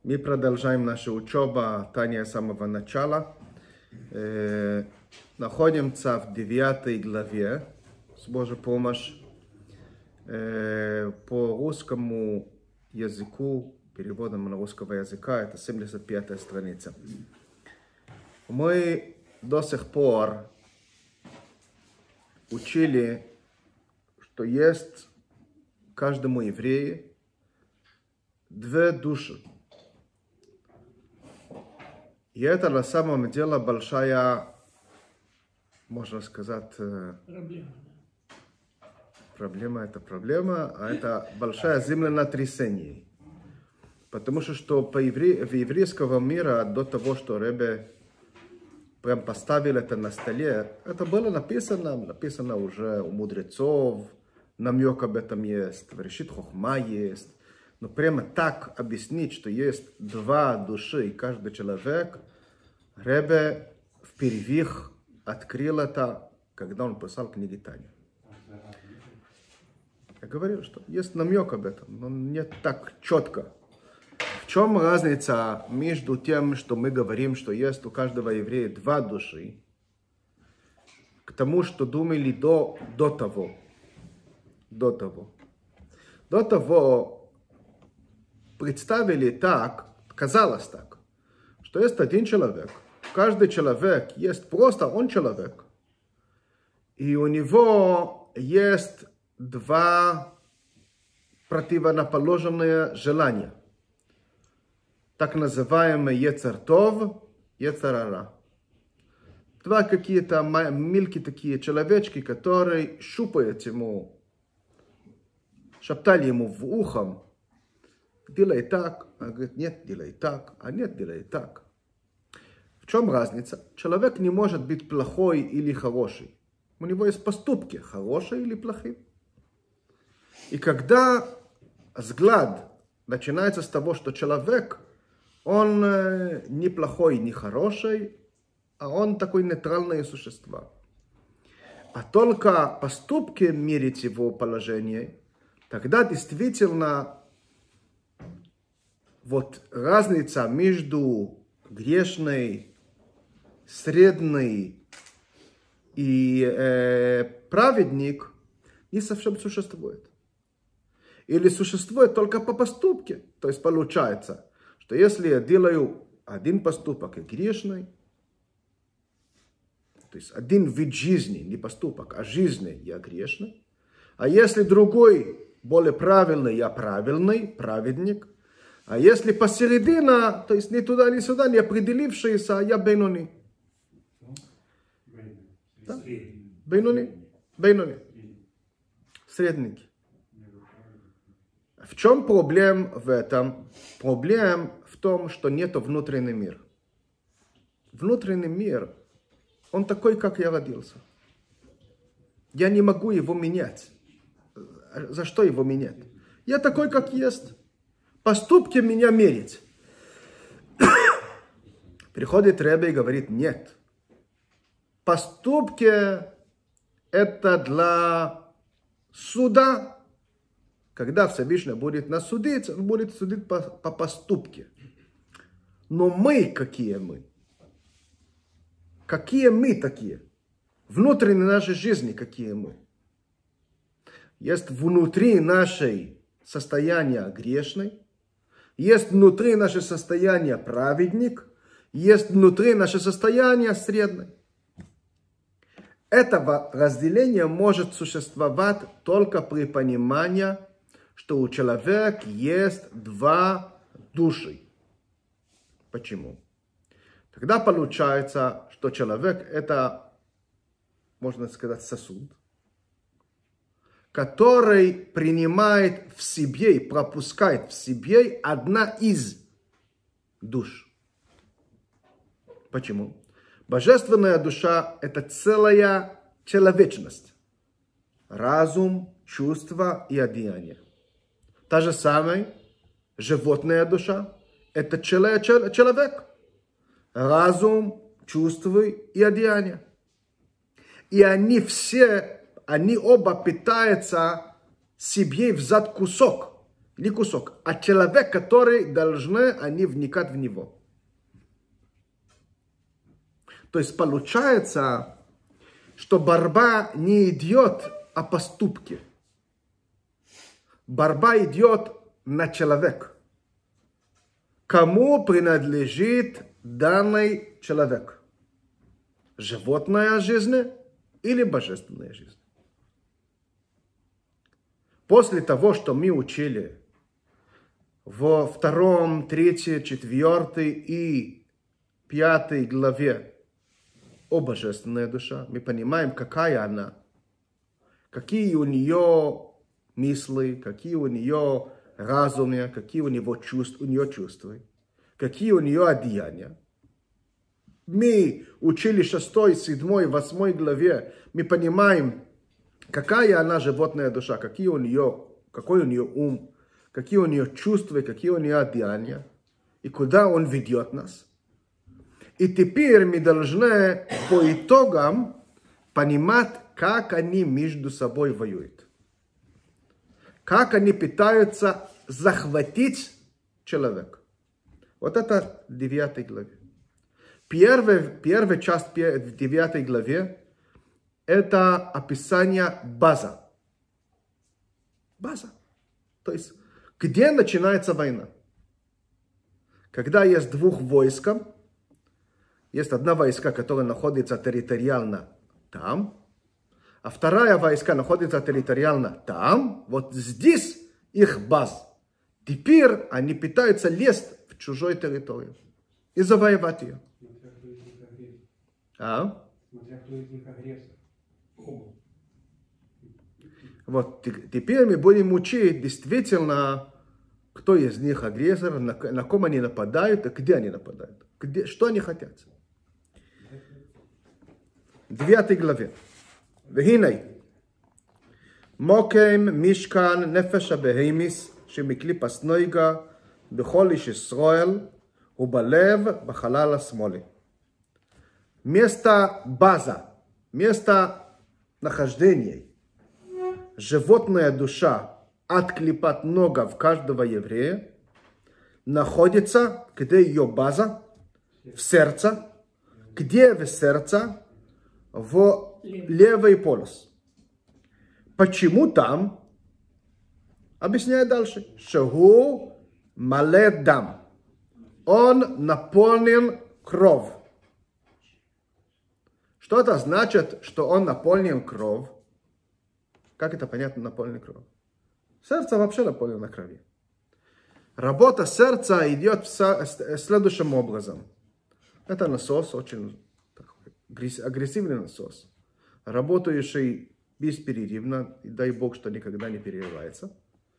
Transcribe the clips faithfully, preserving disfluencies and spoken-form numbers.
Мы продолжаем нашу учебу Таня с самого начала. Э, находимся в девятой главе, с Божьей помощью. Э, по русскому языку, переводом на русского языка, это семьдесят пятая страница. Мы до сих пор учили, что есть каждому еврею две души. И это на самом деле большая, можно сказать, Проблема. проблема это проблема, а это большое землетрясение. Потому что, что по евре... в еврейского мира до того, что Ребе прям поставил это на столе, это было написано, написано уже у мудрецов, намек об этом есть, в Решит Хохма есть. Но прямо так объяснить, что есть два души, и каждый человек, Ребе впервые открыл это, когда он писал книги Таня. Я говорил, что есть намек об этом, но не так четко. В чем разница между тем, что мы говорим, что есть у каждого еврея два души, к тому, что думали до, до того. До того. До того представили так, казалось так, что есть один человек. Каждый человек есть просто он человек. И у него есть два противоположные желания. Так называемые Йецер Тов, Йецер Ара. Два какие-то мелкие такие человечки, которые щупают ему, шептали ему в ухо: делай так, а говорит, нет, делай так, а нет, делай так. В чем разница? Человек не может быть плохой или хороший. У него есть поступки, хорошие или плохие. И когда взгляд начинается с того, что человек, он не плохой, не хороший, а он такой нейтральное существо. А только поступки мерить его положение, тогда действительно вот разница между грешной, средней и э, праведник не совсем существует. Или существует только по поступке. То есть получается, что если я делаю один поступок и грешный, то есть один вид жизни, не поступок, а жизни я грешный, а если другой более правильный, я правильный, праведник, а если посередине, то есть ни туда, ни сюда, не определившийся, я бейнони. Да? Бейнони. Бейнони. Средненький. В чем проблема в этом? Проблема в том, что нет внутреннего мира. Внутренний мир, он такой, как я родился. Я не могу его менять. За что его менять? Я такой, как есть. Поступки меня мерить. Приходит Ребе и говорит, нет. Поступки это для суда. Когда Всевышний будет нас судить, он будет судить по, по поступке. Но мы какие мы? Какие мы такие? Внутренней нашей жизни какие мы? Есть внутри нашей состояния грешной, есть внутри наше состояние праведник, есть внутри наше состояние средний. Этого разделения может существовать только при понимании, что у человека есть два души. Почему? Тогда получается, что человек это, можно сказать, сосуд, который принимает в себе и пропускает в себе одна из душ. Почему? Божественная душа – это целая человечность. Разум, чувства и одеяние. Та же самая животная душа – это человек. Разум, чувства и одеяние. И они все, они оба питаются себе взять кусок не кусок, а человек, который должны они вникать в него. То есть получается, что борьба не идет о поступке. Борьба идет на человек. Кому принадлежит данный человек? Животная жизнь или божественная жизнь? После того, что мы учили во втором, третьей, четвертой и пятой главе о божественной душе, мы понимаем, какая она, какие у нее мысли, какие у нее разумы, какие у, него чувств, у нее чувства, какие у нее одеяния. Мы учили шестой, седьмой, восьмой главе, мы понимаем, какая она животная душа, какие у нее, какой у нее ум, какие у нее чувства, какие у нее одеяния, и куда он ведет нас. И теперь мы должны по итогам понимать, как они между собой воюют. Как они пытаются захватить человека. Вот это в девятой главе. Первая, первая часть в девятой главе это описание база. База. То есть, где начинается война? Когда есть двух войск, есть одна войска, которая находится территориально там, а вторая войска находится территориально там, вот здесь их база. Теперь они пытаются лезть в чужую территорию и завоевать ее. А? Вот теперь мы будем учить действительно, кто из них агрессор, на, на ком они нападают и где они нападают, где, что они хотят. В девятой главе. והנה, מוקם משכן נפש הבהמיס שמקליפס נויגה בכל איש ישראל ובלב בחלל השמאלי. Место база, место нахождения, животная душа от клипат нога в каждого еврея находится, где ее база, в сердце, где в сердце, в левый полюс. Почему там? Объясняю дальше. Шагу маледам. Он наполнен кровь. Что это значит, что он наполнен кровь? Как это понятно, наполнен кровь? Сердце вообще наполнено кровью. Работа сердца идет следующим образом. Это насос, очень агрессивный насос, работающий бесперерывно, и дай Бог, что никогда не перерывается.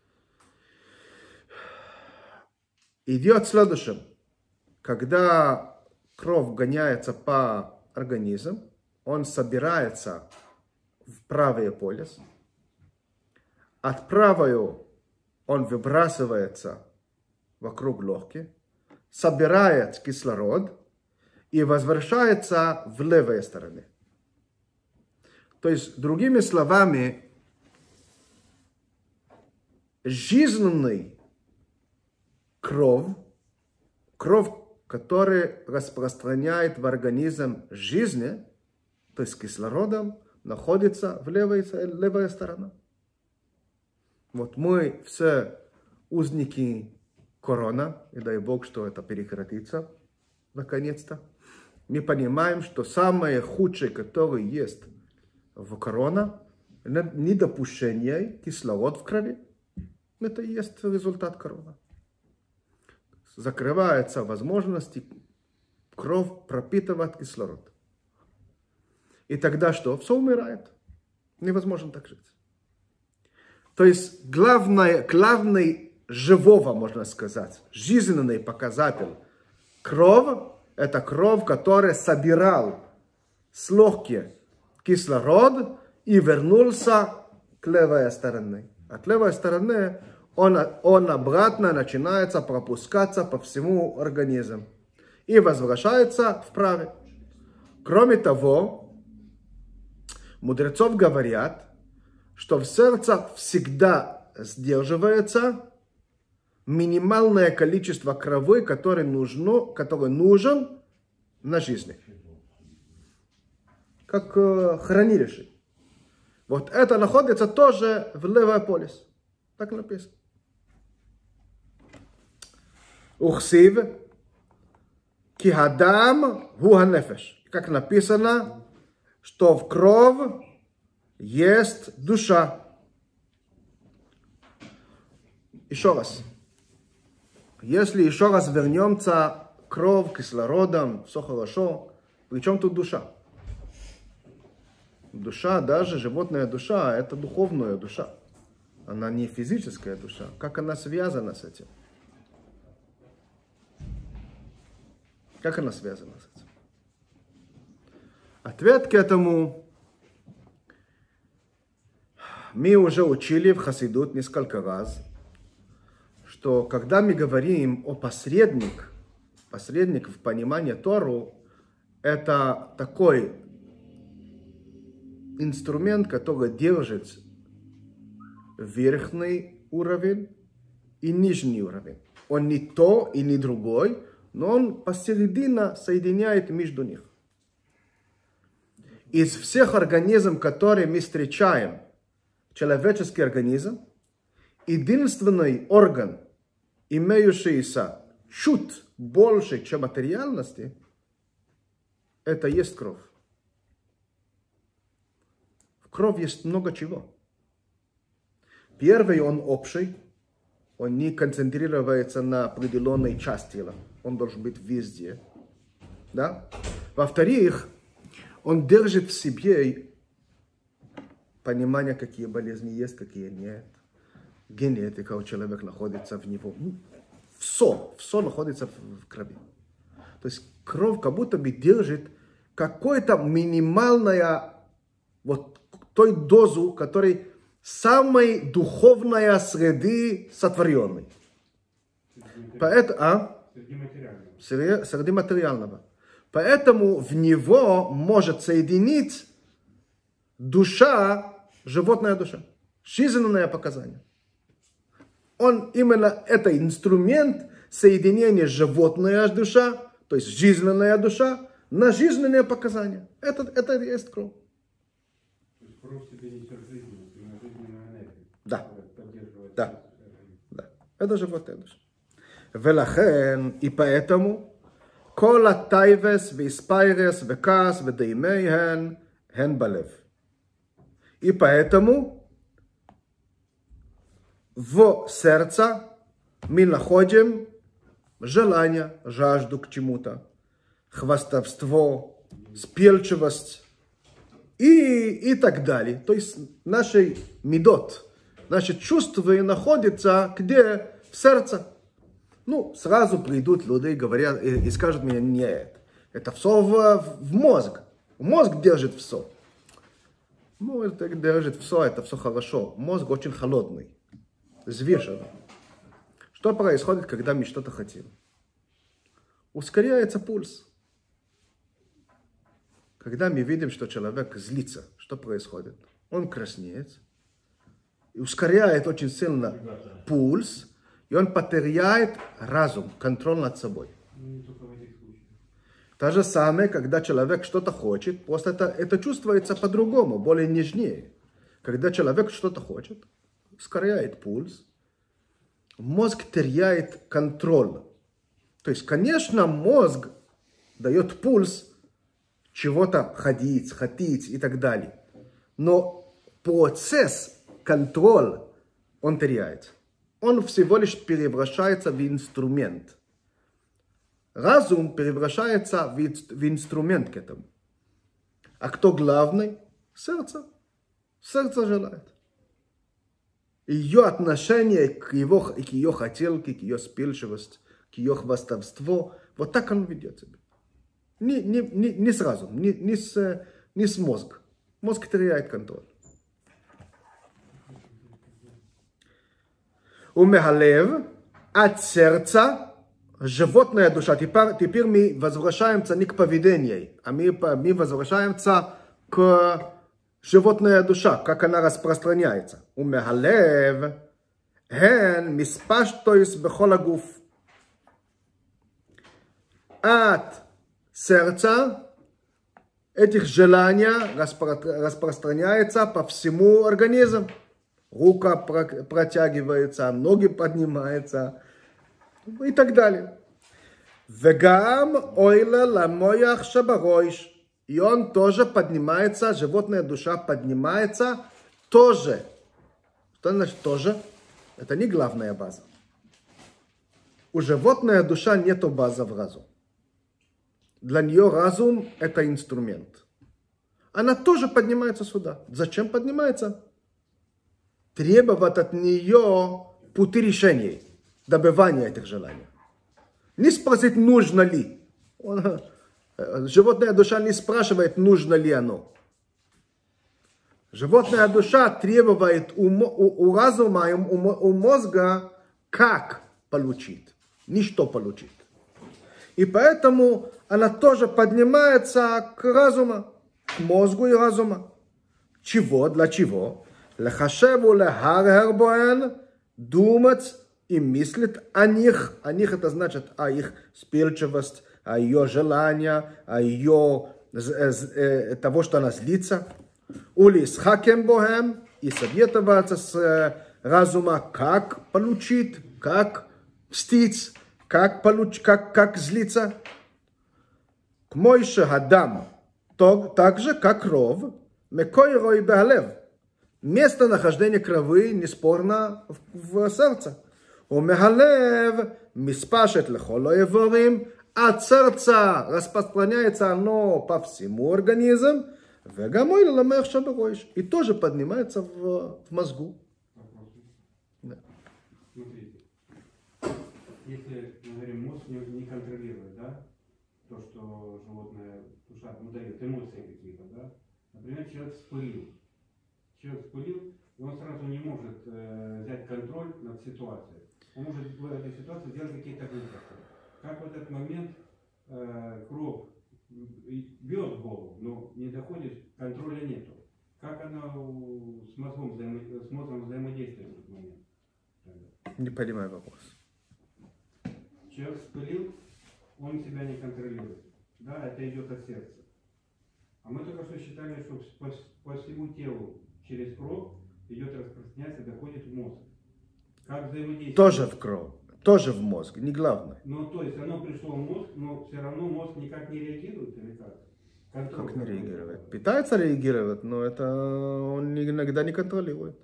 Идет следующим. Когда кровь гоняется по организму, он собирается в правый полюс. От правого он выбрасывается вокруг легких, собирает кислород и возвращается в левую сторону. То есть, другими словами, жизненный кровь, кровь, которая распространяет в организм жизнь, то есть кислородом, находится в левой, левая сторона. Вот мы все узники корона, и дай Бог, что это прекратится наконец-то. Мы понимаем, что самое худшее, которое есть в корона, недопущение кислорода в крови. Это и есть результат корона. Закрывается возможность кровь пропитывать кислород. И тогда что? Все умирает. Невозможно так жить. То есть главное, главный живого, можно сказать, жизненный показатель крови, это кровь, которая собирал с легких кислород и вернулся к левой стороне. От левой стороны он, он обратно начинается пропускаться по всему организму и возвращается в правый. Кроме того, мудрецов говорят, что в сердце всегда сдерживается минимальное количество крови, которое, нужно, которое нужен на жизнь. Как э, хранилище. Вот это находится тоже в левый полис. Так написано. Ухсив, ки хадам гу ханефеш. Как написано, что в кровь есть душа. Еще раз. Если еще раз вернемся к кровь, кислородом, все хорошо. При чем тут душа? Душа, даже животная душа, это духовная душа. Она не физическая душа. Как она связана с этим? Как она связана с этим? Ответ к этому мы уже учили в Хасидут несколько раз, что когда мы говорим о посредник, посредник в понимании Тору, это такой инструмент, который держит верхний уровень и нижний уровень. Он не то и не другой, но он посередине соединяет между них. Из всех организмов, которые мы встречаем, человеческий организм, единственный орган, имеющийся чуть больше, чем материальности, это есть кровь. В крови есть много чего. Первый, он общий, он не концентрируется на определенной части тела, он должен быть везде. Да? Во-вторых, он держит в себе понимание, какие болезни есть, какие нет. Генетика у человека находится в него. Все, все находится в крови. То есть кровь как будто бы держит какую-то минимальную вот той дозу, которой самой духовной среды сотворенной. Поэтому, а? Среди материального. Среди, среди материального. Поэтому в него может соединить душа, животная душа. Жизненное показание. Он именно это инструмент соединения животная душа, то есть жизненная душа, на жизненное показание. Это, это и есть кровь. Кровь тебе несет жизненную, жизненную энергию. Да. Да. Да. Это животная душа. Велахен, и поэтому, כל הטייבס והספיירס וכעס ודיימיהן הן בלב. И поэтому в сердце мы находим желание, жажду к чему-то, хвастовство, спельчивость и, и так далее. То есть наши медот, наши чувства находятся где? В сердце. Ну, сразу придут люди, говорят, и, и скажут мне, нет, это все в, в мозг. Мозг держит все. Мозг держит все, это все хорошо. Мозг очень холодный, взвешенный. Что происходит, когда мы что-то хотим? Ускоряется пульс. Когда мы видим, что человек злится, что происходит? Он краснеет, и ускоряет очень сильно пульс, и он потеряет разум, контроль над собой. То же самое, когда человек что-то хочет, просто это, это чувствуется по-другому, более нежнее. Когда человек что-то хочет, ускоряет пульс, мозг теряет контроль. То есть, конечно, мозг дает пульс чего-то ходить, хотеть и так далее. Но процесс, контроль, он теряет. Он всего лишь превращается в инструмент. Разум превращается в, в инструмент к этому. А кто главный? Сердце. Сердце желает. Ее отношение к, его, к ее хотелке, к ее спельчивости, к ее хвастовству, вот так он ведет себя. Не, не, не, не сразу, не, не, с, не с мозга. Мозг теряет контроль. Умехалев от сердца животная душа. Теперь, теперь мы возвращаемся не к поведению, а мы, мы возвращаемся к животная душа, как она распространяется. Умехалев הן מספשטויס בכל הגוף. От сердца этих желаний распространяется по всему организму. Рука протягивается, ноги поднимаются и так далее. Вегам ойла ламоях шабаройш. И он тоже поднимается, животная душа поднимается тоже. Что значит тоже? Это не главная база. У животной душа нету базы в разум. Для нее разум это инструмент. Она тоже поднимается сюда. Зачем поднимается? Требовать от нее пути решений, добивания этих желаний. Не спросить, нужно ли. Он, животная душа не спрашивает, нужно ли оно. Животная душа требует у, у, у разума, у, у мозга, как получить, не что получить. И поэтому она тоже поднимается к разуму, к мозгу и разуму. Чего? Для чего? Лехашеву лехаргер боэн, думать и мыслить о них. О них это значит о их вспыльчивости, о ее желании, о ее того, что она злится. Ули с хакем богем и советоваться с разума, как получить, как мстить, как, получ, как, как злиться. К Мойше Гадам, так же, как ров, мекойро и бегалев. Местонахождение крови неспорно в, в сердце. У мегалев миспашет лехоло еворим, от сердца распространяется оно по всему организму. Вегамой ламех шабаройш. И тоже поднимается в, в мозгу. Да. Смотрите, если, мы говорим, мозг не, не контролирует, да, то, что животное душа выдает эмоции какие-то, да. Например, человек вспылил. Человек вспылил, и он сразу не может э, взять контроль над ситуацией. Он может в этой ситуации делать какие-то выборы. Как в этот момент э, кровь бьет в голову, но не доходит, контроля нету. Как она с мозгом, взаимо... с мозгом взаимодействует в этот момент? Не понимаю вопрос. Человек вспылил, он себя не контролирует. Да, это идет от сердца. А мы только что считали, что по, по всему телу через кровь идет распространяться, доходит в мозг. Как взаимодействует? Тоже в кровь. Тоже в мозг, не главное. Ну, то есть оно пришло в мозг, но все равно мозг никак не реагирует или как? Контроль как не реагирует? Пытается реагировать, но это он иногда не контролирует.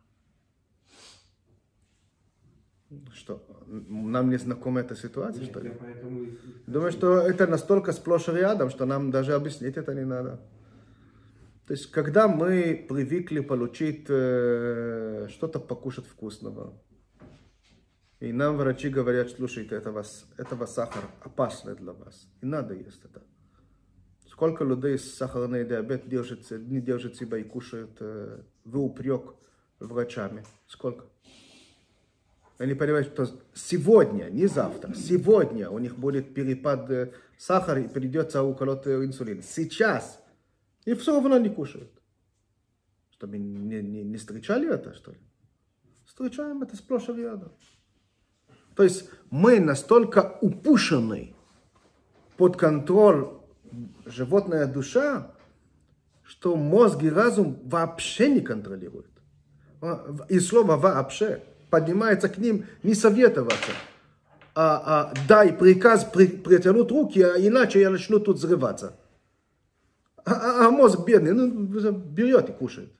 Что, нам не знакома эта ситуация, Нет, что ли? Поэтому... Думаю, что это настолько сплошь и рядом, что нам даже объяснить это не надо. То есть, когда мы привыкли получить э, что-то покушать вкусного, и нам врачи говорят, слушайте, это вас, этого сахар опасный для вас. И надо есть это. Сколько людей с сахарный диабет держит, не держит себя и кушает э, в упрек врачами? Сколько? Они понимают, что сегодня, не завтра, сегодня у них будет перепад э, сахара и придется уколоть инсулин. Сейчас. И все равно не кушают. Что, мы не, не, не встречали это, что ли? Встречаем это сплошь и рядом. То есть мы настолько упущены под контроль животная душа, что мозг и разум вообще не контролируют. И слово вообще поднимается к ним не советоваться, а, а дай приказ при, притянуть руки, а иначе я начну тут взрываться. А, а, а мозг бедный, ну, берет и кушает.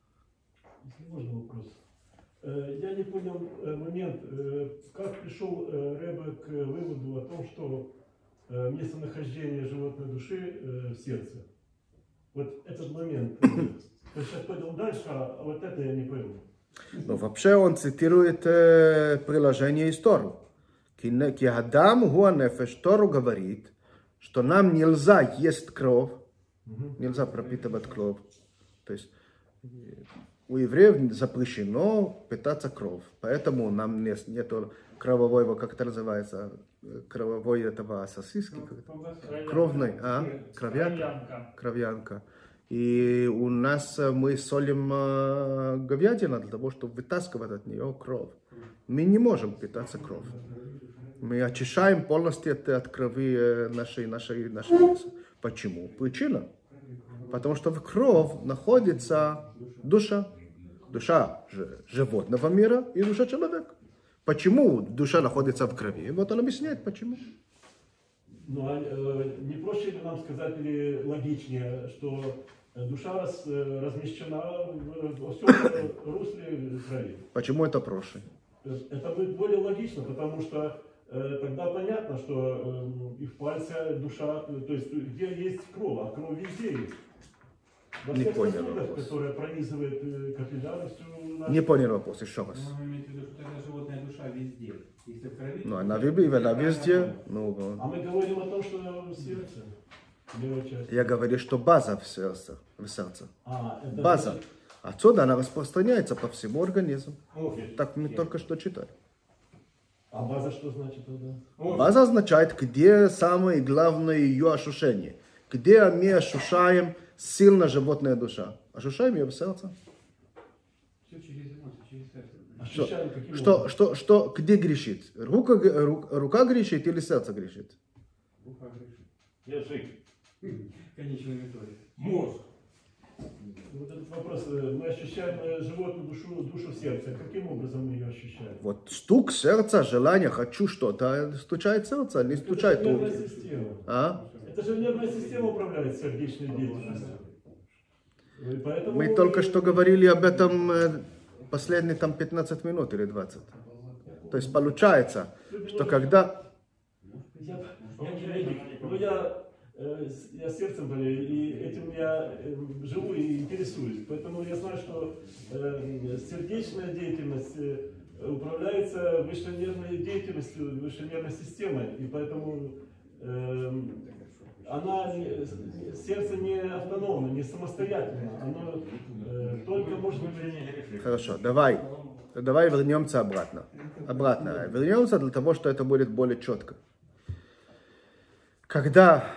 Можно вопрос? Я не понял момент, как пришел Ребе к выводу о том, что местонахождение животной души в сердце. Вот этот момент. Я сейчас понял дальше, а вот это я не понял. Ну, вообще он цитирует э, приложение из Тору. Ки Адам хуа нефеш. Тору говорит, что нам нельзя есть кровь, нельзя пропитывать кровь. То есть у евреев запрещено питаться кровь, поэтому нам нет, нету кровового, как это называется, крововой этого сосиски, кровной, а, кровянка, кровянка. И у нас мы солим говядину для того, чтобы вытаскивать от нее кровь. мы не можем питаться кровью. Мы очищаем полностью это от крови нашей, нашей, нашей мяса. Почему? Причина. Потому что в крови находится душа. Душа животного мира и душа человека. Почему душа находится в крови? Вот он объясняет, почему. Ну, а э, не проще ли нам сказать, или логичнее, что душа раз, размещена в, во всем русле крови? Почему это проще? Это будет более логично, потому что э, тогда понятно, что э, и в пальце душа, то есть где есть кровь, а кровь везде есть. Во Не всех понял сосудах, вопрос. которая пронизывает э, капиллярностью. нашу- Не понял вопрос, еще раз. Ну, вы имеете в виду, что тогда животная душа везде. Если в крови, Ну, то- она, виб- она везде. Ну, А мы говорим о том, что в сердце. Левая часть. я говорю, что база в сердце. В сердце. А, это База. Отсюда она распространяется по всему организму. Окей. Так мы только что читали. А база что значит тогда? База означает, где самое главное ее ощущение. Где мы ощущаем сильно животная душа. Ощущаем ее в сердце. Все через эмоции, через сердце. Ощущаем каким Что, образом? что, что, где грешит? Рука, ру- рука грешит или сердце грешит? Рука грешит. Язык. Конечной методе. Мозг. Вот этот вопрос. э, Мы ощущаем э, животную душу, душу в сердце. Каким образом мы ее ощущаем? Вот стук сердца, желание, хочу что-то, стучает сердце, не стучает Это же нервная руки. система. А? Это же нервная система управляет сердечной деятельностью. И поэтому Мы только что говорили об этом э, последние там пятнадцать минут или двадцать. То есть получается, что когда... Я, я не медик, но я, э, с- я сердцем болею, и этим я э, живу и интересуюсь. Поэтому я знаю, что э, сердечная деятельность э, управляется высшей нервной деятельностью, высшей нервной системой. И поэтому э, она, не- сердце не автономно, не самостоятельно. Оно э, только может быть... Хорошо, давай, давай вернемся обратно. Обратно. Вернемся для того, что это будет более четко. Когда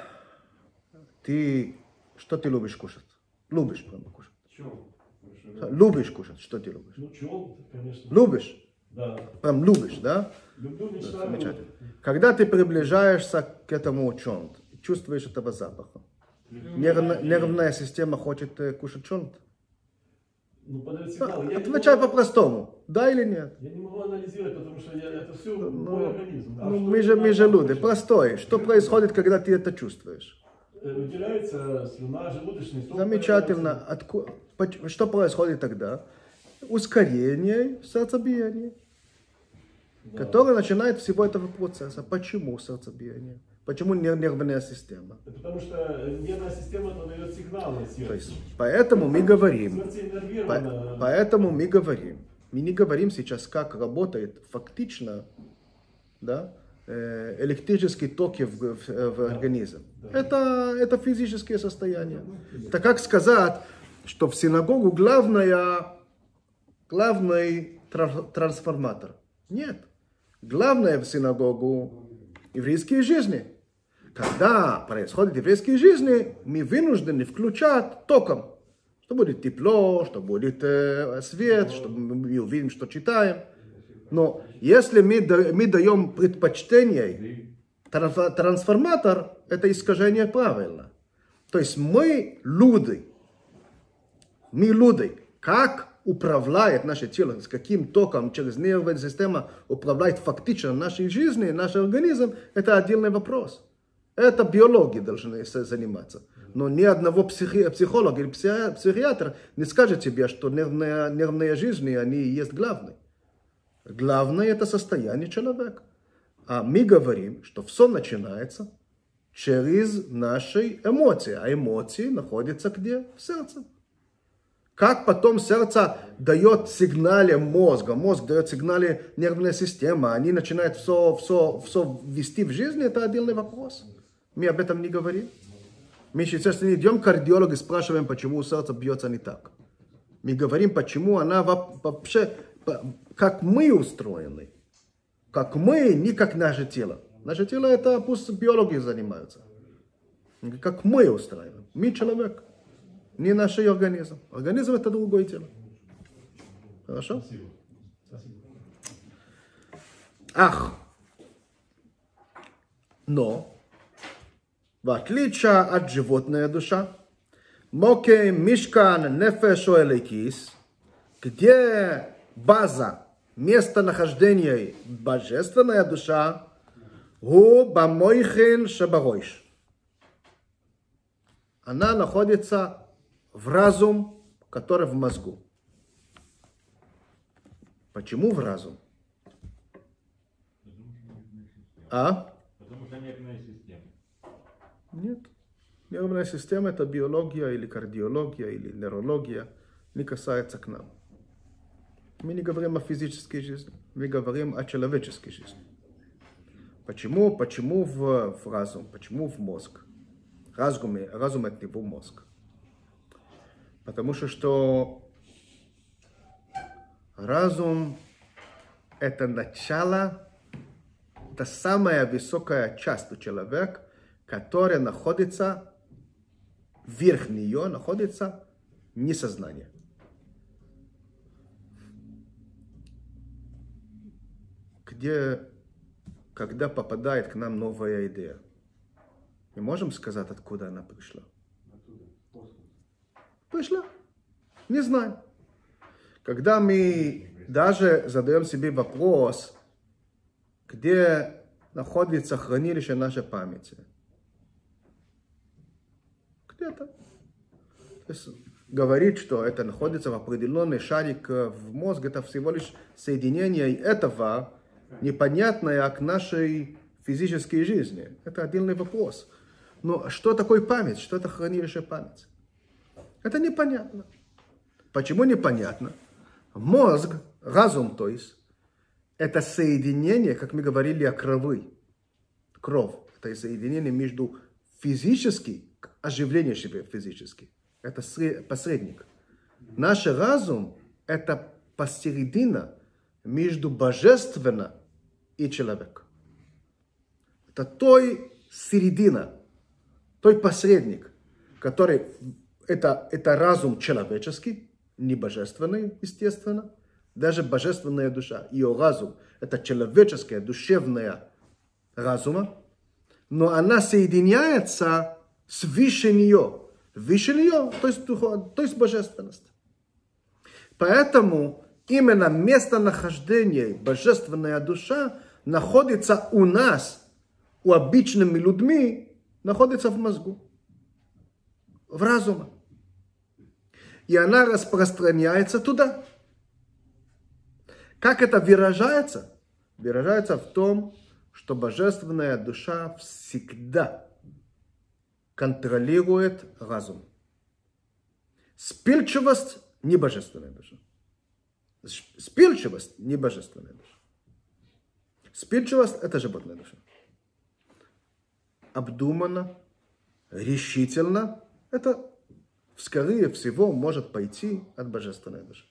ты... Что ты любишь кушать? Любишь прямо кушать. Чего? Любишь кушать. Что ты любишь? Ну, чел, конечно. Любишь? Да. Прям любишь, да? Люблю, Да, мечтаю. замечательно. Когда ты приближаешься к этому чонт, чувствуешь этого запаха, нервная, нервная система хочет э, кушать чонт? Ну, подает сигнал. Я не Отвечай могу- по-простому, да или нет? Я не могу анализировать, потому что я, это все мой Ну, организм. А ну, что мы же, мы надо же люди, кушать? простой. Что происходит, когда ты это чувствуешь? Э, Выделяется слюна, желудочный сок. Замечательно. появляется. Отку- поч- Что происходит тогда? Ускорение сердцебиения, Да. которое начинает всего этого процесса. Почему сердцебиение? Почему нер- нервная система? Это потому что нервная система дает сигналы сердцу. То есть, поэтому мы говорим, Сердце по- иннервировано. поэтому мы говорим, мы не говорим сейчас, как работает фактично, да, э, электрические токи в, в- в организм. Да. Это, это физические состояния. Это как сказать, что в синагогу главное, главный тра- трансформатор. Нет. Главное в синагогу еврейские жизни. Когда происходит еврейские жизни, мы вынуждены включать током. Что будет тепло, что будет э, свет, чтобы мы увидим, что читаем. Но если мы, да- мы даем предпочтение, трансф- трансформатор, это искажение правильно. То есть мы люди, мы люди, как управляет наше тело, с каким током через нервную систему управляет фактично нашей жизнью, наш организм, это отдельный вопрос. Это биологи должны с- заниматься. Но ни одного психи- психолога или психи- психиатра не скажет тебе, что нервная, нервная жизнь, они и есть главное. Главное это состояние человека. А мы говорим, что все начинается через наши эмоции. А эмоции находятся где? В сердце. Как потом сердце дает сигналы мозга, мозг дает сигналы нервной системы, они начинают все, все, все вести в жизнь, это отдельный вопрос. Мы об этом не говорим. Мы сейчас не идем к кардиологу и спрашиваем, почему у сердца бьется не так. Мы говорим, почему она вообще, как мы устроены. Как мы, не как наше тело. Наше тело это пусть биологи занимаются. Как мы устроены. Мы человек. Не наш организм. Организм это другое тело. Хорошо? Спасибо. Спасибо. Ах, но, в отличие от животной души, Моке Мишкан Нефеш Элокис, где база, местонахождение божественная душа, Гу Бамойхин Шабаройш. Она находится в разум, который в мозгу. Почему в разум? А? Потому что нервная система. Нет. Нервная система — это биология или кардиология или нейрология. Не касается к нам. Мы не говорим о физической жизни. Мы говорим о человеческой жизни. Почему? Почему в, в разум? Почему в мозг? Разум, разум — это его мозг. Потому что, что разум — это начало, это самая высокая часть у человека, которая находится, вверх нее находится несознание. Где, когда попадает к нам новая идея, мы можем сказать, откуда она пришла? Пришла. Не знаю. Когда мы даже задаем себе вопрос, где находится хранилище нашей памяти. Где-то. То есть говорит, что это находится в определенный шарик в мозге, это всего лишь соединение этого, непонятное к нашей физической жизни. Это отдельный вопрос. Но что такое память? Что это хранилище памяти? Это непонятно. Почему непонятно? Мозг, разум, то есть, это соединение, как мы говорили о крови. Кровь. Это соединение между физическим, оживлением физически. Это посредник. Наш разум – это посередина между божественно и человек. Это той середина, той посредник, который это, это разум человеческий, не божественный, естественно. Даже божественная душа, ее разум, это человеческая, душевная разума, но она соединяется с выше нее. Выше нее, то есть, то есть божественность. Поэтому именно местонахождение божественная душа находится у нас, у обычными людьми, находится в мозгу, в разуме. И она распространяется туда. Как это выражается? Выражается в том, что божественная душа всегда контролирует разум. Вспыльчивость – не божественная душа. Вспыльчивость – не божественная душа. Вспыльчивость – это животная душа. Обдуманно, решительно – это, скорее всего, может пойти от божественной души.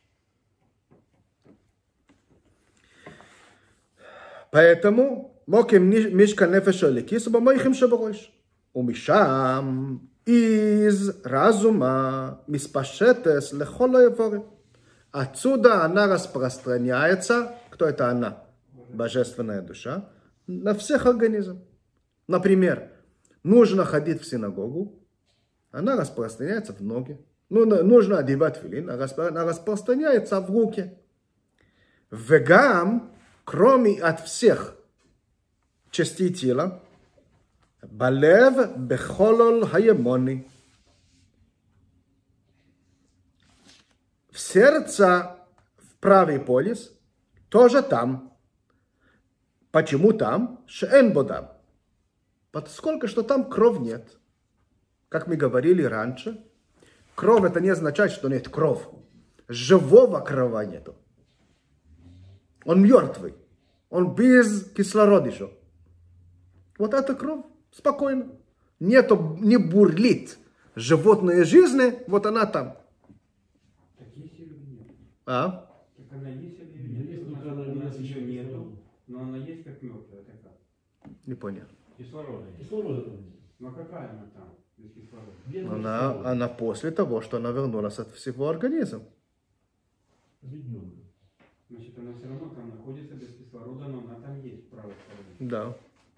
Поэтому моким мишка нефеша лекис бамоихим шабарош. Умишам из разума миспашетес лехола еворе. Отсюда она распространяется, кто это она? Божественная душа, на всех организмов. Например, нужно ходить в синагогу, она распространяется в ноги. Нужно одевать филин, она распространяется в руки. Вегам, кроме от всех частей тела, балев бехолол хаемони. В сердце, в правый полюс, тоже там. Почему там? Шеэн бодам. Поскольку что там кровь нет. Как мы говорили раньше, кровь это не означает, что нет крови. Живого крова нету. Он мертвый. Он без кислорода еще. Вот это кровь. Спокойно. Нету, не бурлит. Животная жизнь, вот она там. Так есть или нет? А? Так она есть или нет? Есть, но она, у нас еще нету, но она есть как мертвая. Так как? Не понял. Кислорода. Кислорода там нет. Ну а какая она там без кислорода? Она, она после того, что она вернулась от всего организма. Объединенная. Значит, она все равно там находится без кислорода, но она там есть. Да.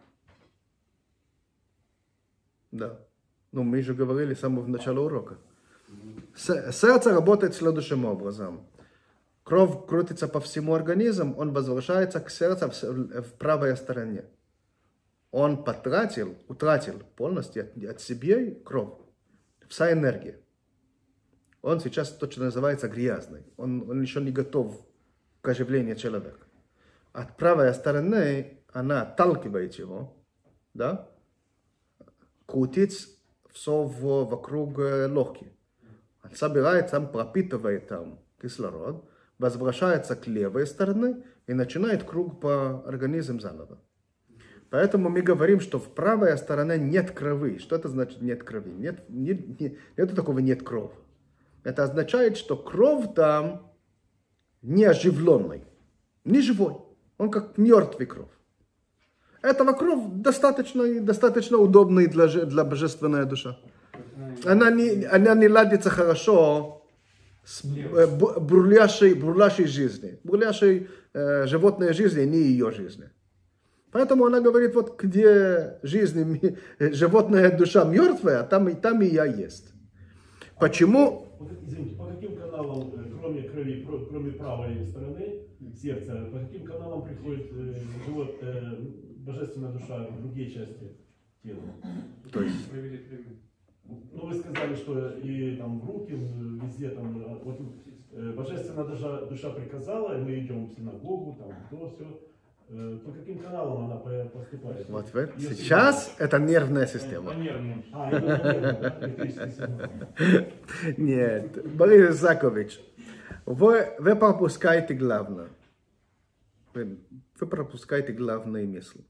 Да. Ну, мы же говорили с самого начала урока. Сердце работает следующим образом. Кровь крутится по всему организму, он возвращается к сердцу в, в правой стороне. Он потратил, утратил полностью от, от себя кровь, вся энергия. Он сейчас то, что называется грязный. Он, он еще не готов к оживлению человека. От правой стороны она отталкивает его, да, крутит все в, вокруг легких. Он собирает там, пропитывает там кислород, возвращается к левой стороне и начинает круг по организму заново. Поэтому мы говорим, что в правой стороне нет крови. Что это значит нет крови? Нет, нет, нет, нету такого нет крови. Это означает, что кровь там не оживленный, не живой. Он как мертвый кровь. Этого кровь достаточно, достаточно удобная для, для божественной души. Она не, она не ладится хорошо с бурлящей, бурлящей жизнью. Бурлящей э, животной жизни, не ее жизни. Поэтому она говорит, вот где жизнь, животная душа мертвая, там и, там и я есть. Почему? Извините, по каким каналам, кроме крови, кроме правой стороны сердца, по каким каналам приходит э, живот, э, божественная душа в другие части тела? То есть... Ну, вы сказали, что и там в руки, везде там, вот, э, божественная душа, душа приказала, и мы идем в синагогу, там, то, все. Э, по каким каналам она поступает? Вот сейчас это нервная система. А, это нервная, да? Электрическая система. Нет, Борис Закович, вы, вы пропускаете главное. Вы, вы пропускаете главные мысли.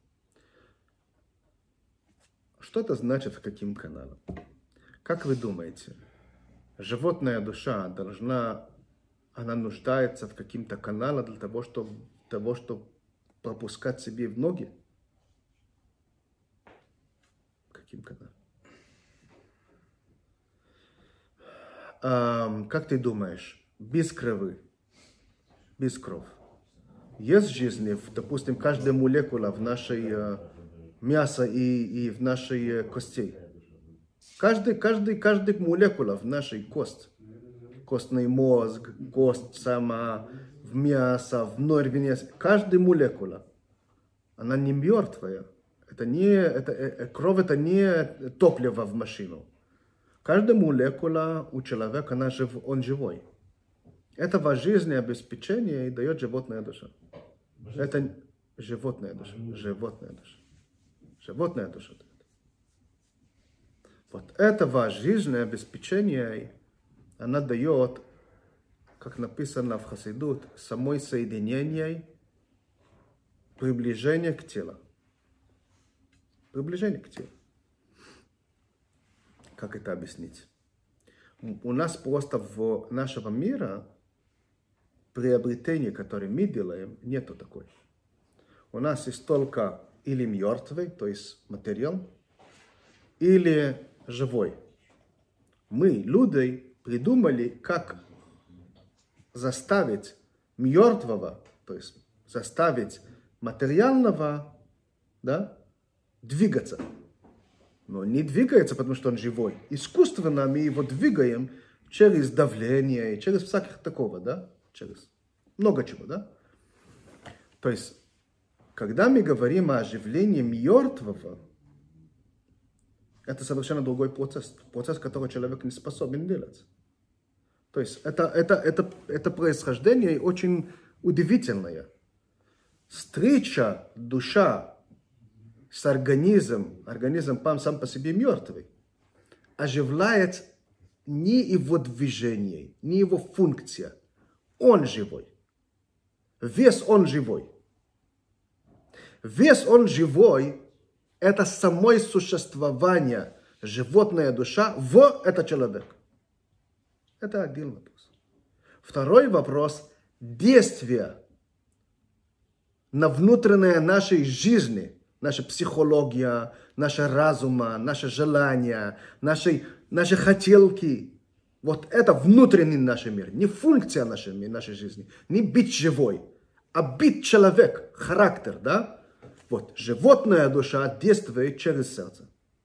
Что это значит в каким каналам? Как вы думаете, животная душа должна, она нуждается в каким-то канале для того, чтобы, того, чтобы пропускать себе в ноги? Каким каналом? А, как ты думаешь, без крови, без крови, есть жизнь, допустим, каждая молекула в нашей э, мясе и, и в нашей кости? Каждый, каждый, каждый молекула в нашей кости, костный мозг, кость сама, в мясо, в нервы, каждая молекула, она не мертвая. Это не, это, кровь это не топливо в машину. Каждая молекула у человека, она жив, он живой. Это жизнеобеспечение и дает животная душа. Это животная душа. Животная душа. Животная душа. Вот это жизнеобеспечение, она дает, как написано в Хасидут, самой соединение, приближение к телу. Приближение к телу. Как это объяснить? У нас просто в нашего мира приобретения, которые мы делаем, нету такой. У нас есть только или мертвый, то есть материал, или живой. Мы, люди, придумали, как заставить мертвого, то есть заставить материального, да, двигаться. Но не двигается, потому что он живой. Искусственно мы его двигаем через давление и через всяких такого, да, через много чего, да. То есть, когда мы говорим о оживлении мертвого, это совершенно другой процесс, процесс, который человек не способен делать. То есть это, это, это, это происхождение очень удивительное. Встреча душа с организмом, организм сам по себе мертвый, оживляет не его движение, не его функция. Он живой. Весь он живой. Весь он живой. Это само существование, животная душа в этот человек. Это один вопрос. Второй вопрос – действие на внутреннее нашей жизни, наша психология, наша разума, наше желание, наши, наши хотелки. Вот это внутренний наш мир, не функция нашей, нашей жизни, не быть живой, а быть человек, характер, да? Вот, животная душа действует через сердце.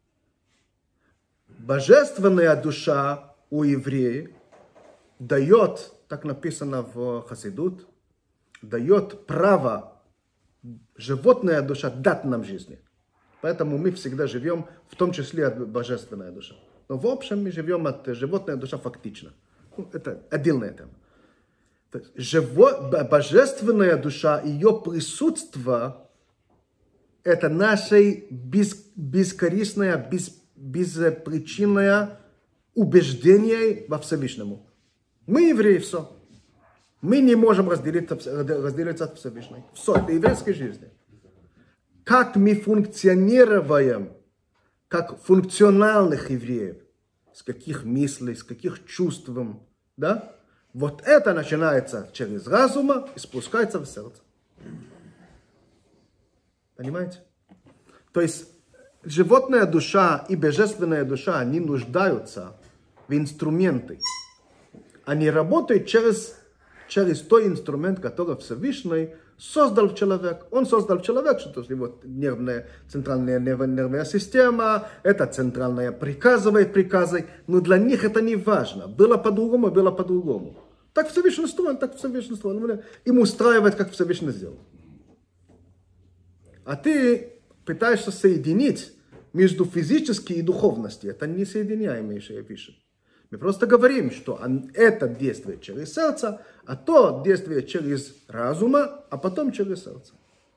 Божественная душа у евреев дает, так написано в Хасидут, дает право животная душа дать нам жизни. Поэтому мы всегда живем, в том числе от божественной души. Но в общем мы живем от животной души фактично. Ну, это отдельная тема. То есть, живо, божественная душа, ее присутствие, это наше без, бескорыстное, без, беспричинное убеждение во Всевышнему. Мы евреи, все. Мы не можем разделиться, разделиться от Всевышнего. Все, это еврейская жизнь. Как мы функционируем, как функциональных евреев, с каких мыслей, с каких чувств, да? Вот это начинается через разум и спускается в сердце. Понимаете? То есть животная душа и божественная душа, они нуждаются в инструменты. Они работают через, через тот инструмент, который Всевышний создал человек. Он создал человек, что то есть нервная, центральная нервная система, это центральная приказывает приказы, но для них это не важно. Было по-другому, было по-другому. Так Всевышний строил, так Всевышний строил. Им устраивает, как Всевышний сделал. А ты пытаешься соединить между физической и духовностью. Это не соединяемые вещи. Мы просто говорим, что это действует через сердце, а то действует через разум, а потом через сердце.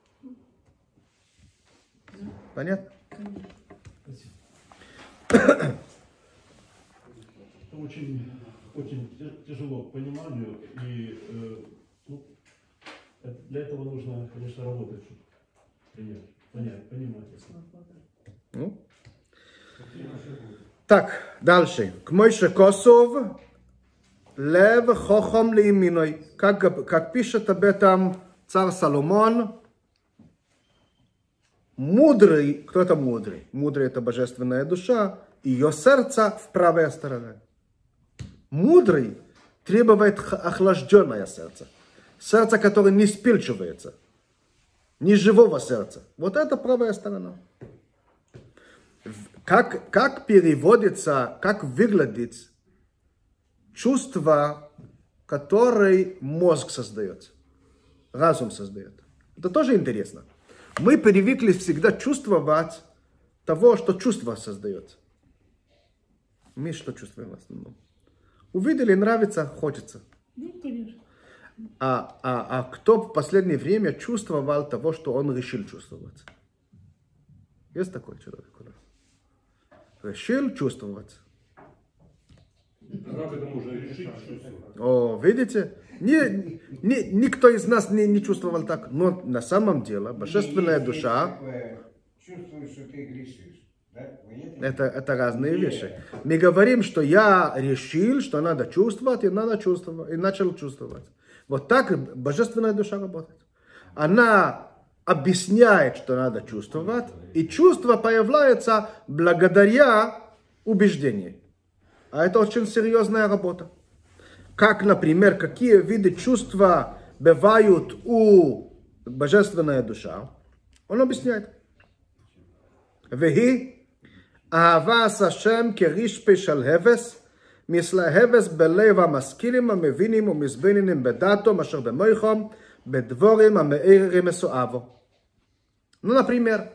Понятно? Это очень, очень тяжело к пониманию, и э, ну, для этого нужно, конечно, работать, чтобы понять, понять, понимать. Ну? Так, дальше. К Мойше Косов, Лев Хохом Леиминой. Как, как пишет об этом царь Соломон, мудрый, кто это мудрый? Мудрый это божественная душа, ее сердце в правой стороне. Мудрый требует охлажденное сердце. Сердце, которое не спильчивается. Не живого сердца. Вот это правая сторона. Как, как переводится, как выглядит чувство, которое мозг создает, разум создает. Это тоже интересно. Мы привыкли всегда чувствовать того, что чувство создает. Мы что чувствуем в основном? Увидели, нравится, хочется. Ну, конечно. А, а, а кто в последнее время чувствовал того, что он решил чувствовать? Есть такой человек у нас? Решил чувствовать. Как это можно решить чувствовать? О, видите? Не, не, никто из нас не, не чувствовал так. Но на самом деле божественная душа... Чувствуешь, что ты грешишь. Да? Это, это разные вещи. Мы говорим, что я решил, что надо чувствовать, и надо чувствовать, и начал чувствовать. Вот так божественная душа работает. Она объясняет, что надо чувствовать, и чувство появляется благодаря убеждению. А это очень серьезная работа. Как, например, какие виды чувства бывают у божественной души. Он объясняет. Вехи אהבה השם כרשפי של הבס, מסלהבס בלב המשכילים המבינים ומזבנינים בדתו, אשר במויכם, בדבורים המאירים מסואבו. Ну, например,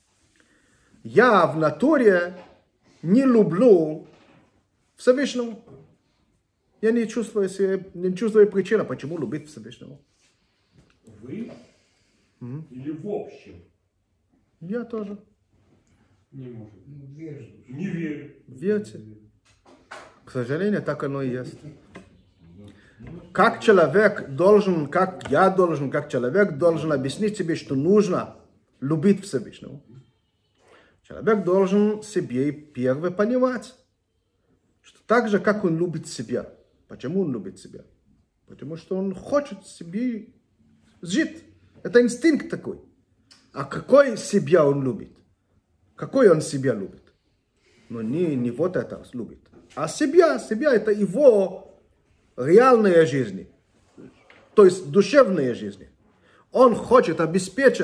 я в натуре не люблю Всевышнего. Я не чувствую, себе, не чувствую причины, почему любить Всевышнего. Вы? Mm-hmm. Или в общем? Я тоже. Не может. Не верю. Верьте. К сожалению, так оно и есть. Как человек должен, как я должен, как человек должен объяснить себе, что нужно любить Всевышнего. Человек должен себе первое понимать, что так же, как он любит себя. Почему он любит себя? Потому что он хочет себе жить. Это инстинкт такой. А какой себя он любит? Какой он себя любит? Но не, не вот это любит. А себя, себя это его реальная жизнь. То есть душевная жизнь. Он хочет обеспечить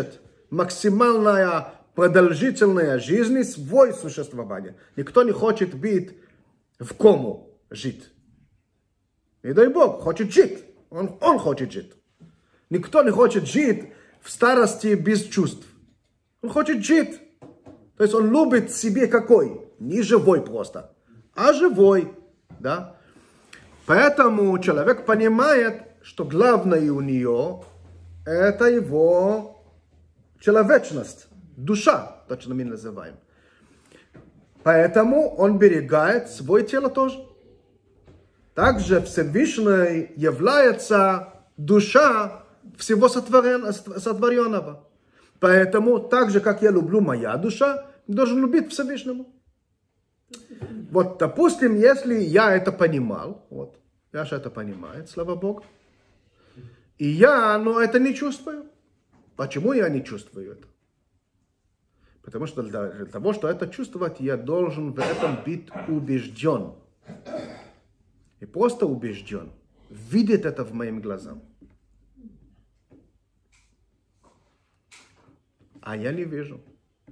максимальная продолжительная жизнь, свое существование. Никто не хочет быть в кому жить. Не дай Бог, хочет жить. Он, он хочет жить. Никто не хочет жить в старости без чувств. Он хочет жить. То есть он любит себе какой? Не живой просто, а живой. Да? Поэтому человек понимает, что главное у нее это его человечность, душа, точно мы называем. Поэтому он берегает свое тело тоже. Также Всевышний является душа всего сотворенного. Поэтому, так же, как я люблю моя душа, должен любить Всевышнему. Вот, допустим, если я это понимал, вот, я же это понимаю, слава Богу, и я, но это не чувствую. Почему я не чувствую это? Потому что для, для того, чтобы это чувствовать, я должен в этом быть убежден. И просто убежден. Видит это в моим глазах. А я не вижу.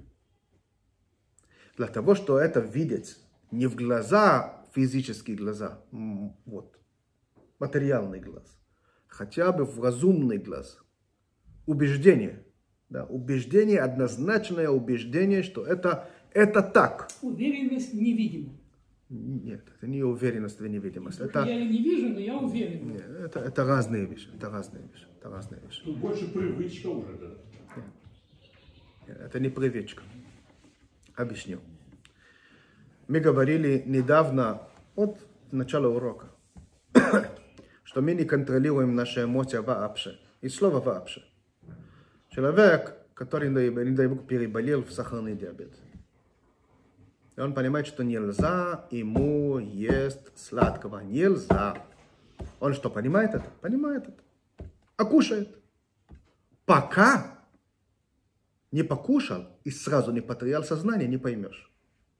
Для того, чтобы это видеть, не в глаза, физические глаза, вот, материальный глаз, хотя бы в разумный глаз, убеждение. Да, убеждение, однозначное убеждение, что это, это так. Уверенность невидима. Нет, это не уверенность в невидимость. Это, я не вижу, но я уверен. Нет, это, это разные вещи. Это разные вещи. Это разные вещи. Тут больше привычка уже, да? Нет, это не привычка. Объясню. Мы говорили недавно, вот в начале урока, что мы не контролируем наши эмоции вообще. И слово вообще. Человек, который, не дай Бог, переболел в сахарный диабет. И он понимает, что нельзя ему есть сладкого. Нельзя. Он что, понимает это? Понимает это. А кушает. Пока не покушал и сразу не потерял сознание, не поймешь.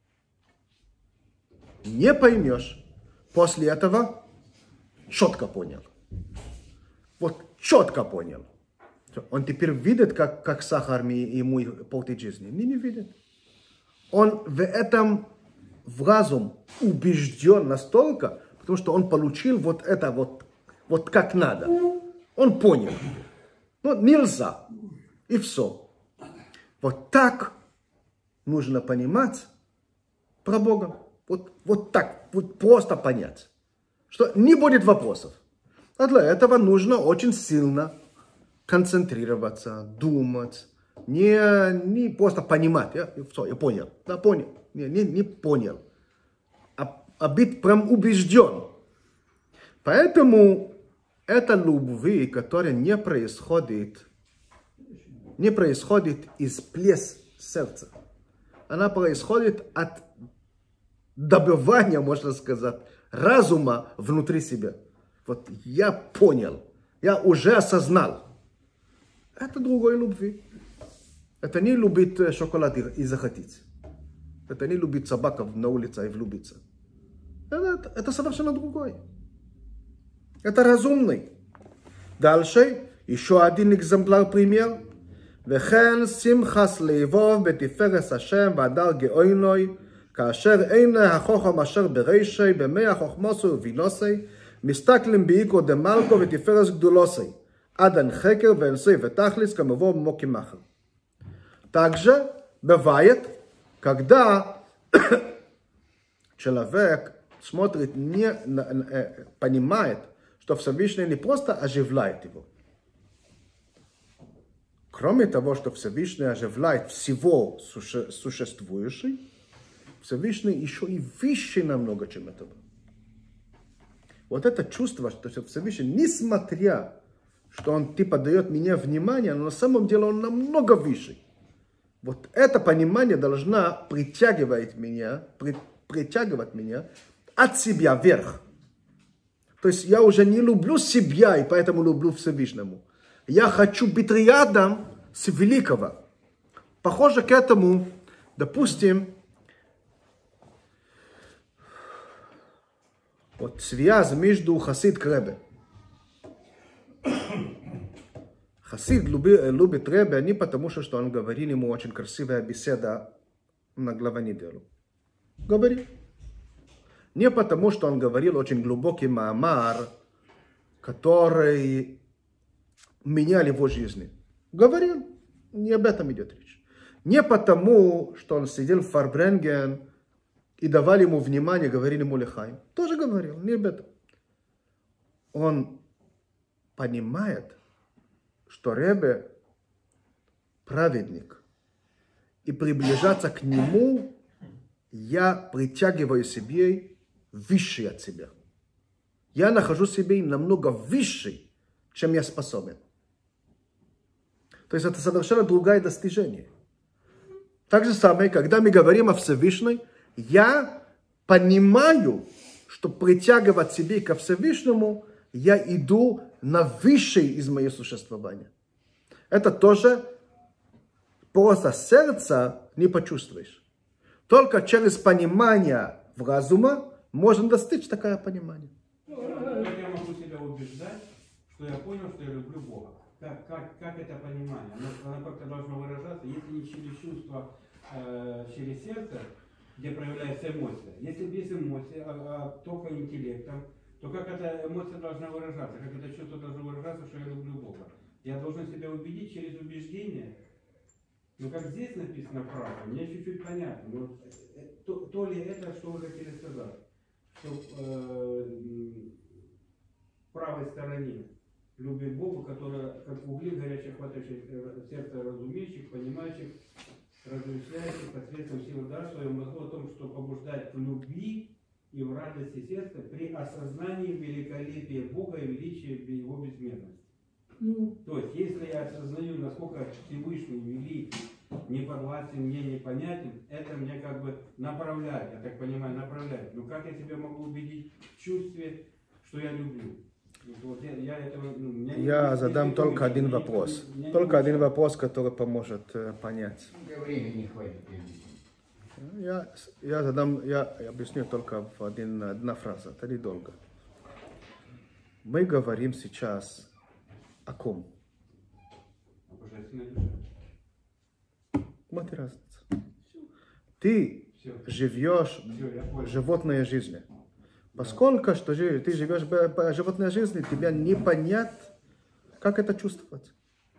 Не поймешь. После этого четко понял. Вот четко понял. Он теперь видит, как, как сахар ему портит жизнь. Не, не видит. Он в этом в разум убежден настолько, потому что он получил вот это вот, вот как надо. Он понял. Ну, нельзя. И все. Вот так нужно понимать про Бога. Вот, вот так. Вот просто понять. Что не будет вопросов. А для этого нужно очень сильно концентрироваться, думать. Не, не просто понимать. Я, все, я понял. Да, понял. Не, не, не понял. А, а быть прям убежден. Поэтому это любви, которая не происходит, не происходит из плес сердца. Она происходит от добывания, можно сказать, разума внутри себя. Вот я понял. Я уже осознал. Это другой любви. Это не любить шоколад и захотеть. Это не любить собаку на улице и влюбиться. Это, это совершенно другое. Это разумный. Дальше еще один экземпляр пример. וכן שמחס לבוב בתפארת השם והדר גאונוי כאשר אין החוכם אשר ברישי במי החוכמוסי ובינוסי מסתכלים בעיקר דמלכו ותפארת גדולוסי עד אין חקר ואין סי ותכליס כמבוא במוקי מחר. Также бывает, когда человек смотрит, не, понимает, что Всевышний не просто оживляет его. Кроме того, что Всевышний оживляет всего суще, существующего, Всевышний еще и выше намного, чем этого. Вот это чувство, что Всевышний, несмотря, что он типа дает мне внимание, но на самом деле он намного выше. Вот это понимание должно притягивать меня, при, притягивать меня от себя вверх. То есть я уже не люблю себя, и поэтому люблю Всевышнему. Я хочу быть рядом с великого. Похоже к этому, допустим, вот связь между Хасид и Ребе. Хасид люби, любит Ребе не потому, что он говорил ему очень красивая беседа на глава неделю. Говорил. Не потому, что он говорил очень глубокий маамар, который менял его жизнь. Говорил. Не об этом идет речь. Не потому, что он сидел в Фарбренген и давали ему внимание, говорили ему лехайм. Тоже говорил, не об этом. Он понимает, что Ребе праведник. И приближаться к нему я притягиваю себе высшее от себя. Я нахожу себе намного выше, чем я способен. То есть это совершенно другое достижение. Так же самое, когда мы говорим о Всевышней, я понимаю, что притягивать себе ко Всевышнему, я иду на высшее из моего существования. Это тоже просто сердца не почувствуешь. Только через понимание в разума можно достичь такое понимание. Как я могу себя убеждать, что я понял, что я люблю Бога? Как, как, как это понимание? Оно, оно как-то должно выражаться, если не через чувство, э, через сердце, где проявляется эмоция. Если без эмоций, а, а только интеллектом, то как эта эмоция должна выражаться? Как это чувство должно выражаться, что я люблю Бога? Я должен себя убедить через убеждение. Ну, как здесь написано правда, мне чуть-чуть понятно. Но то, то ли это, что вы хотели сказать, что э, в правой стороне любит Бога, которая, как угли горячих, хватающих сердце разумеющих, понимающих, размышляющих посредством силы дара своего мозгу о том, что побуждает в любви и в радости сердца при осознании великолепия Бога и величия Его безмерности. Ну, То есть, если я осознаю, насколько Всевышний велик, не подвластен мне, непонятен, это мне как бы направляет, я так понимаю, направляет. Но как я себя могу убедить в чувстве, что я люблю? Вот я, я, этого, ну, меня Я не, задам не только не один не вопрос. не не Только не один не вопрос, который поможет э, понять. Времени не хватит. Я, я задам, я объясню только в один, одна фраза, это недолго. Мы говорим сейчас о ком? А божественная душа. Вот и разница. Ты Все. живешь Все, я понял. животной жизнью. Поскольку что жи- ты живешь по животной жизни, тебя не понять, как это чувствовать.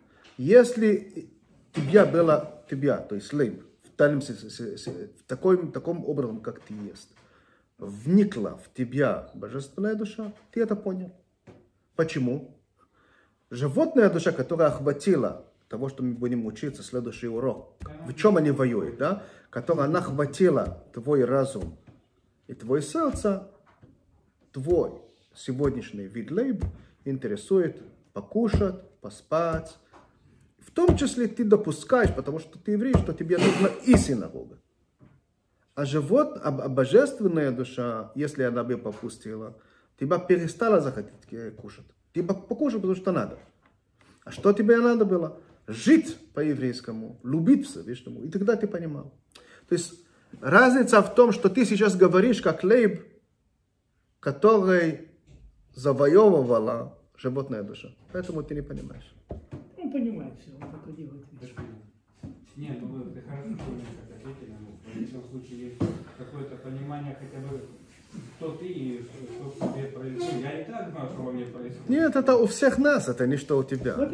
Если тебя было, тебя, то есть лейб, в, тайном с- с- с- в таком, таком образом, как ты есть, вникла в тебя божественная душа, ты это понял. Почему? Животная душа, которая охватила того, что мы будем учиться, следующий урок, в чем они воюют, да? Которая она охватила твой разум и твое сердце, твой сегодняшний вид лейб интересует покушать, поспать. В том числе ты допускаешь, потому что ты еврей, что тебе нужна и синагога. А живот, а а божественная душа, если она бы попустила, тебя перестала захотеть кушать. Тебя покушать, потому что надо. А что тебе надо было? Жить по-еврейскому, любить Всевышнему. И тогда ты понимал. То есть разница в том, что ты сейчас говоришь как лейб, который завоевывала животная душа. Поэтому ты не понимаешь. он понимает все, он это делает. видишь. Не, ну вы ты хорошо, что вы как ответили, но в этом случае есть какое-то понимание хотя бы, кто ты и что, что в тебе происходит. Я и так знал, что во мне происходит. Нет, это у всех нас, это не что у тебя.